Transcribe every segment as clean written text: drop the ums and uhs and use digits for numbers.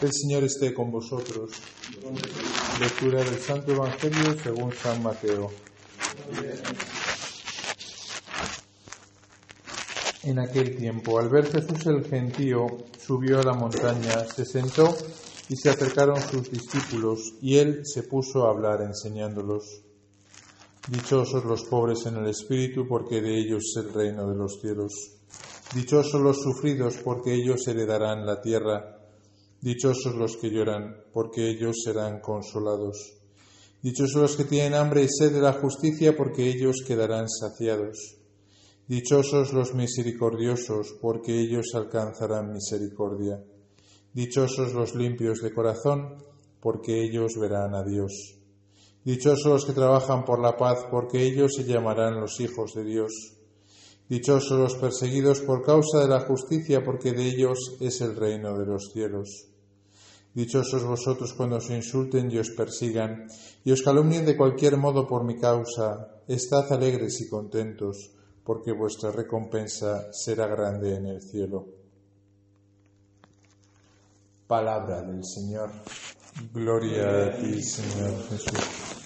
El Señor esté con vosotros. Lectura del Santo Evangelio según San Mateo. En aquel tiempo, al ver Jesús el gentío, subió a la montaña, se sentó y se acercaron sus discípulos, y él se puso a hablar enseñándolos. Dichosos los pobres en el espíritu, porque de ellos es el reino de los cielos. Dichosos los sufridos, porque ellos heredarán la tierra. Dichosos los que lloran, porque ellos serán consolados. Dichosos los que tienen hambre y sed de la justicia, porque ellos quedarán saciados. Dichosos los misericordiosos, porque ellos alcanzarán misericordia. Dichosos los limpios de corazón, porque ellos verán a Dios. Dichosos los que trabajan por la paz, porque ellos se llamarán los hijos de Dios. Dichosos los perseguidos por causa de la justicia, porque de ellos es el reino de los cielos. Dichosos vosotros cuando os insulten y os persigan, y os calumnien de cualquier modo por mi causa. Estad alegres y contentos, porque vuestra recompensa será grande en el cielo. Palabra del Señor. Gloria a ti, Señor Jesús.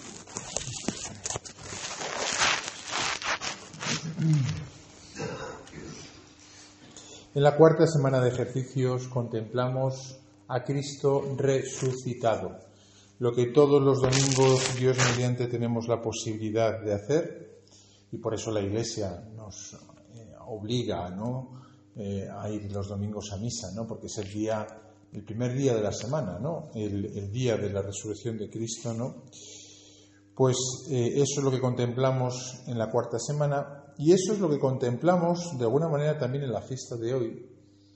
En la cuarta semana de ejercicios contemplamos a Cristo resucitado, lo que todos los domingos, Dios mediante, tenemos la posibilidad de hacer, y por eso la Iglesia nos obliga, ¿no?, a ir los domingos a misa, ¿no?, porque es el primer día de la semana, ¿no?, el día de la resurrección de Cristo, ¿no? Pues eso es lo que contemplamos en la cuarta semana, y eso es lo que contemplamos de alguna manera también en la fiesta de hoy,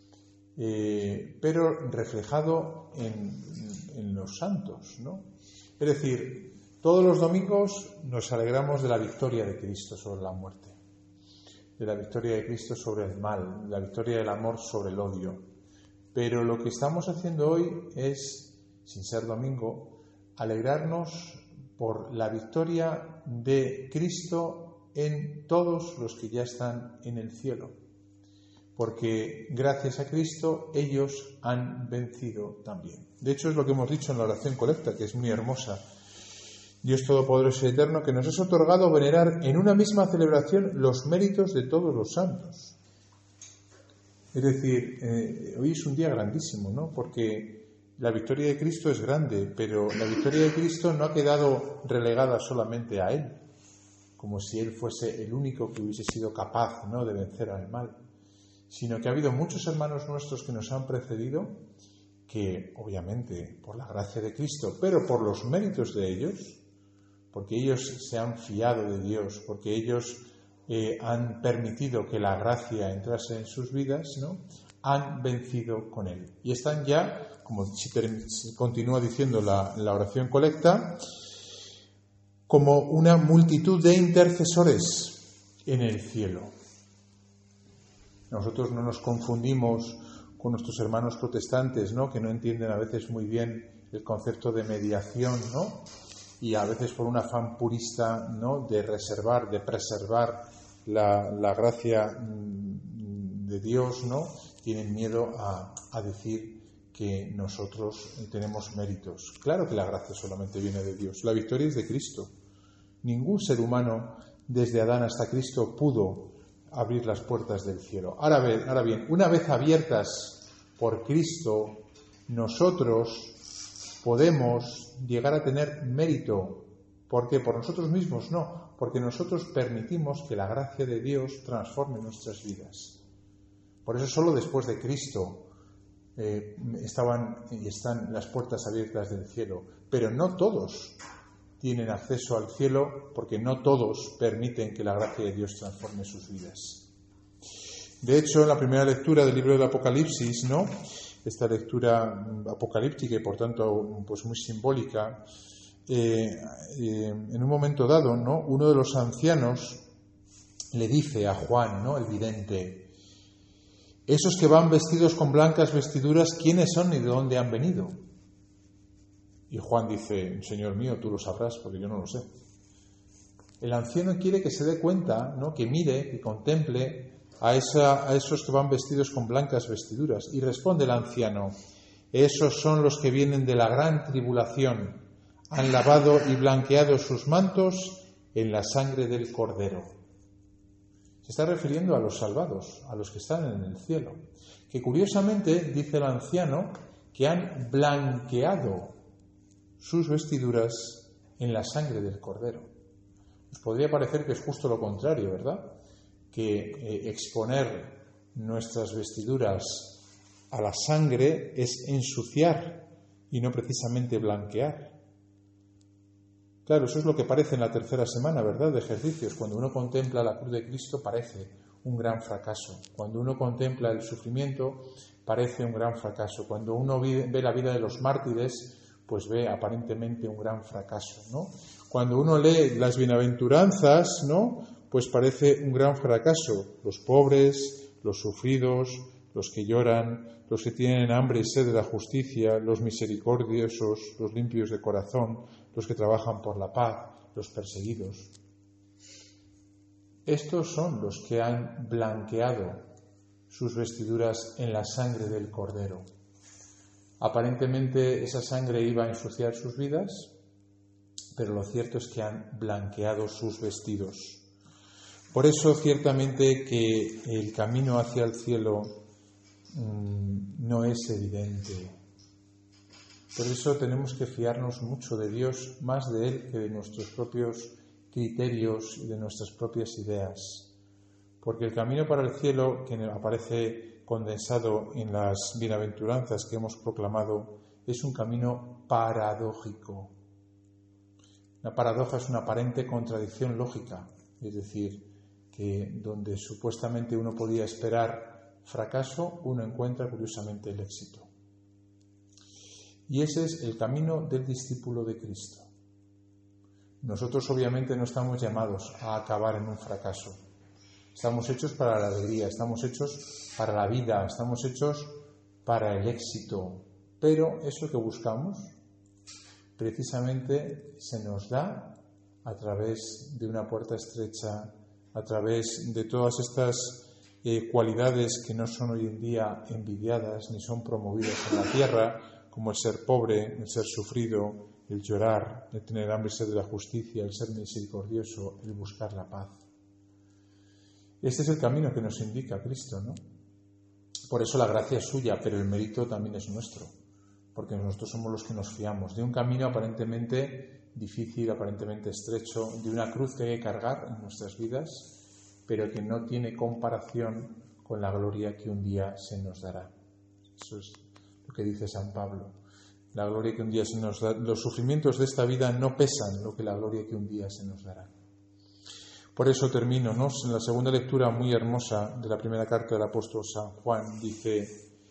pero reflejado en los santos, ¿no? Es decir, todos los domingos nos alegramos de la victoria de Cristo sobre la muerte, de la victoria de Cristo sobre el mal, de la victoria del amor sobre el odio. Pero lo que estamos haciendo hoy es, sin ser domingo, alegrarnos por la victoria de Cristo en todos los que ya están en el cielo. Porque gracias a Cristo ellos han vencido también. De hecho es lo que hemos dicho en la oración colecta, que es muy hermosa. Dios Todopoderoso y Eterno, que nos has otorgado venerar en una misma celebración los méritos de todos los santos. Es decir, hoy es un día grandísimo, ¿no? Porque la victoria de Cristo es grande, pero la victoria de Cristo no ha quedado relegada solamente a Él, como si Él fuese el único que hubiese sido capaz, ¿no?, de vencer al mal, sino que ha habido muchos hermanos nuestros que nos han precedido, que obviamente por la gracia de Cristo, pero por los méritos de ellos, porque ellos se han fiado de Dios, porque ellos han permitido que la gracia entrase en sus vidas, ¿no?, han vencido con Él. Y están ya, como continúa diciendo la oración colecta, como una multitud de intercesores en el cielo. Nosotros no nos confundimos con nuestros hermanos protestantes, ¿no?, que no entienden a veces muy bien el concepto de mediación, ¿no?, y a veces por un afán purista, ¿no?, de preservar la gracia de Dios, ¿no?, tienen miedo a decir que nosotros tenemos méritos. Claro que la gracia solamente viene de Dios. La victoria es de Cristo. Ningún ser humano, desde Adán hasta Cristo, pudo abrir las puertas del cielo. Ahora bien, una vez abiertas por Cristo, nosotros podemos llegar a tener mérito. ¿Por qué? Por nosotros mismos, no, porque nosotros permitimos que la gracia de Dios transforme nuestras vidas. Por eso solo después de Cristo estaban y están las puertas abiertas del cielo, pero no todos tienen acceso al cielo, porque no todos permiten que la gracia de Dios transforme sus vidas. De hecho, en la primera lectura del libro del Apocalipsis, ¿no?, esta lectura apocalíptica y por tanto pues muy simbólica, en un momento dado, ¿no?, uno de los ancianos le dice a Juan, ¿no?, el vidente: esos que van vestidos con blancas vestiduras, ¿quiénes son y de dónde han venido? Y Juan dice: Señor mío, tú lo sabrás, porque yo no lo sé. El anciano quiere que se dé cuenta, ¿no?, que mire, que contemple a esos que van vestidos con blancas vestiduras. Y responde el anciano: Esos son los que vienen de la gran tribulación. Han lavado y blanqueado sus mantos en la sangre del Cordero. Se está refiriendo a los salvados, a los que están en el cielo, que curiosamente, dice el anciano, que han blanqueado sus vestiduras en la sangre del Cordero. Os podría parecer que es justo lo contrario, ¿verdad? Que exponer nuestras vestiduras a la sangre es ensuciar y no precisamente blanquear. Claro, eso es lo que parece en la tercera semana, ¿verdad?, de ejercicios. Cuando uno contempla la cruz de Cristo parece un gran fracaso. Cuando uno contempla el sufrimiento parece un gran fracaso. Cuando uno ve la vida de los mártires, pues ve aparentemente un gran fracaso, ¿no? Cuando uno lee las bienaventuranzas, ¿no?, pues parece un gran fracaso. Los pobres, los sufridos, los que lloran, los que tienen hambre y sed de la justicia, los misericordiosos, los limpios de corazón, los que trabajan por la paz, los perseguidos. Estos son los que han blanqueado sus vestiduras en la sangre del Cordero. Aparentemente esa sangre iba a ensuciar sus vidas, pero lo cierto es que han blanqueado sus vestidos. Por eso, ciertamente, que el camino hacia el cielo no es evidente. Por eso tenemos que fiarnos mucho de Dios, más de Él que de nuestros propios criterios y de nuestras propias ideas. Porque el camino para el cielo, que aparece condensado en las bienaventuranzas que hemos proclamado, es un camino paradójico. La paradoja es una aparente contradicción lógica, es decir, que donde supuestamente uno podía esperar fracaso, uno encuentra curiosamente el éxito. Y ese es el camino del discípulo de Cristo. Nosotros obviamente no estamos llamados a acabar en un fracaso. Estamos hechos para la alegría, estamos hechos para la vida, estamos hechos para el éxito. Pero eso que buscamos precisamente se nos da a través de una puerta estrecha, a través de todas estas cualidades que no son hoy en día envidiadas ni son promovidas en la tierra, como el ser pobre, el ser sufrido, el llorar, el tener hambre y sed de la justicia, el ser misericordioso, el buscar la paz. Este es el camino que nos indica Cristo, ¿no? Por eso la gracia es suya, pero el mérito también es nuestro, porque nosotros somos los que nos fiamos de un camino aparentemente difícil, aparentemente estrecho, de una cruz que hay que cargar en nuestras vidas, pero que no tiene comparación con la gloria que un día se nos dará. Eso es lo que dice San Pablo. La gloria que un día se nos da, los sufrimientos de esta vida no pesan lo que la gloria que un día se nos dará. Por eso termino, ¿no? En la segunda lectura muy hermosa de la primera carta del apóstol San Juan dice: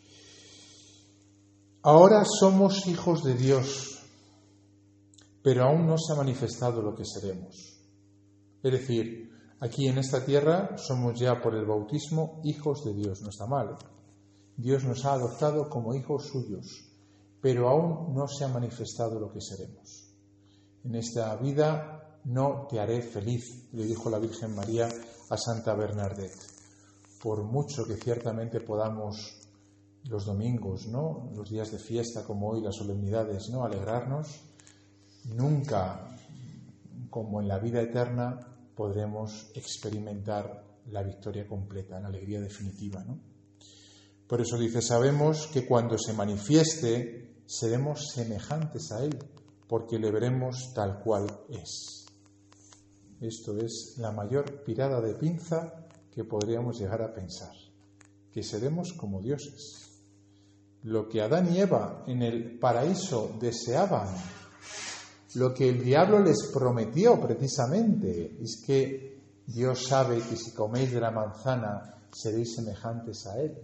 ahora somos hijos de Dios, pero aún no se ha manifestado lo que seremos. Es decir, aquí en esta tierra somos ya por el bautismo hijos de Dios. No está mal, ¿eh? Dios nos ha adoptado como hijos suyos, pero aún no se ha manifestado lo que seremos. En esta vida no te haré feliz, le dijo la Virgen María a Santa Bernadette. Por mucho que ciertamente podamos los domingos, ¿no?, los días de fiesta como hoy, las solemnidades, ¿no?, alegrarnos, nunca, como en la vida eterna, podremos experimentar la victoria completa, la alegría definitiva, ¿no? Por eso dice: sabemos que cuando se manifieste seremos semejantes a Él, porque le veremos tal cual es. Esto es la mayor tirada de pinza que podríamos llegar a pensar, que seremos como dioses. Lo que Adán y Eva en el paraíso deseaban, lo que el diablo les prometió precisamente, es que Dios sabe que si coméis de la manzana seréis semejantes a Él.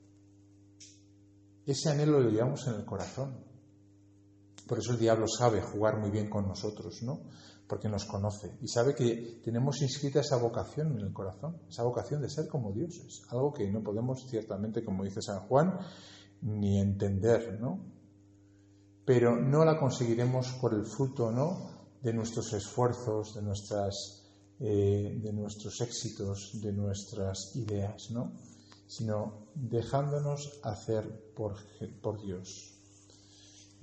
Ese anhelo lo llevamos en el corazón. Por eso el diablo sabe jugar muy bien con nosotros, ¿no? Porque nos conoce y sabe que tenemos inscrita esa vocación en el corazón, esa vocación de ser como dioses, algo que no podemos ciertamente, como dice San Juan, ni entender, ¿no? Pero no la conseguiremos por el fruto, ¿no?, de nuestros esfuerzos, de nuestros éxitos, de nuestras ideas, ¿no?, sino dejándonos hacer por Dios.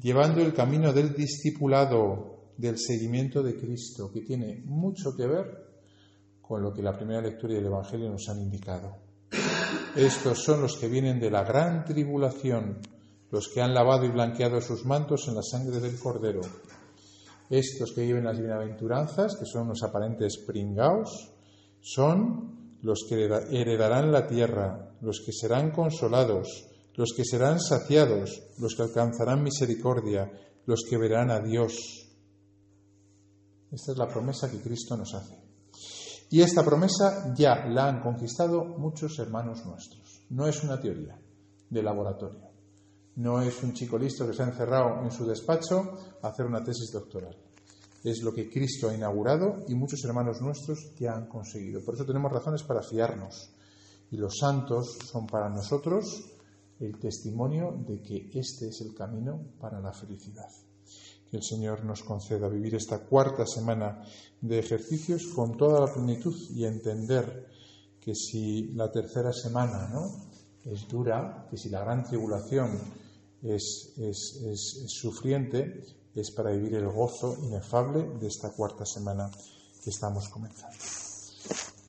llevando el camino del discipulado, del seguimiento de Cristo, que tiene mucho que ver con lo que la primera lectura del Evangelio nos han indicado. Estos son los que vienen de la gran tribulación, los que han lavado y blanqueado sus mantos en la sangre del Cordero. Estos que viven las bienaventuranzas, que son unos aparentes pringaos, son los que heredarán la tierra, los que serán consolados, los que serán saciados, los que alcanzarán misericordia, los que verán a Dios. Esta es la promesa que Cristo nos hace. Y esta promesa ya la han conquistado muchos hermanos nuestros. No es una teoría de laboratorio. No es un chico listo que se ha encerrado en su despacho a hacer una tesis doctoral. Es lo que Cristo ha inaugurado y muchos hermanos nuestros ya han conseguido. Por eso tenemos razones para fiarnos. Y los santos son para nosotros el testimonio de que este es el camino para la felicidad. Que el Señor nos conceda vivir esta cuarta semana de ejercicios con toda la plenitud y entender que si la tercera semana, es dura, que si la gran tribulación es sufriente, es para vivir el gozo inefable de esta cuarta semana que estamos comenzando.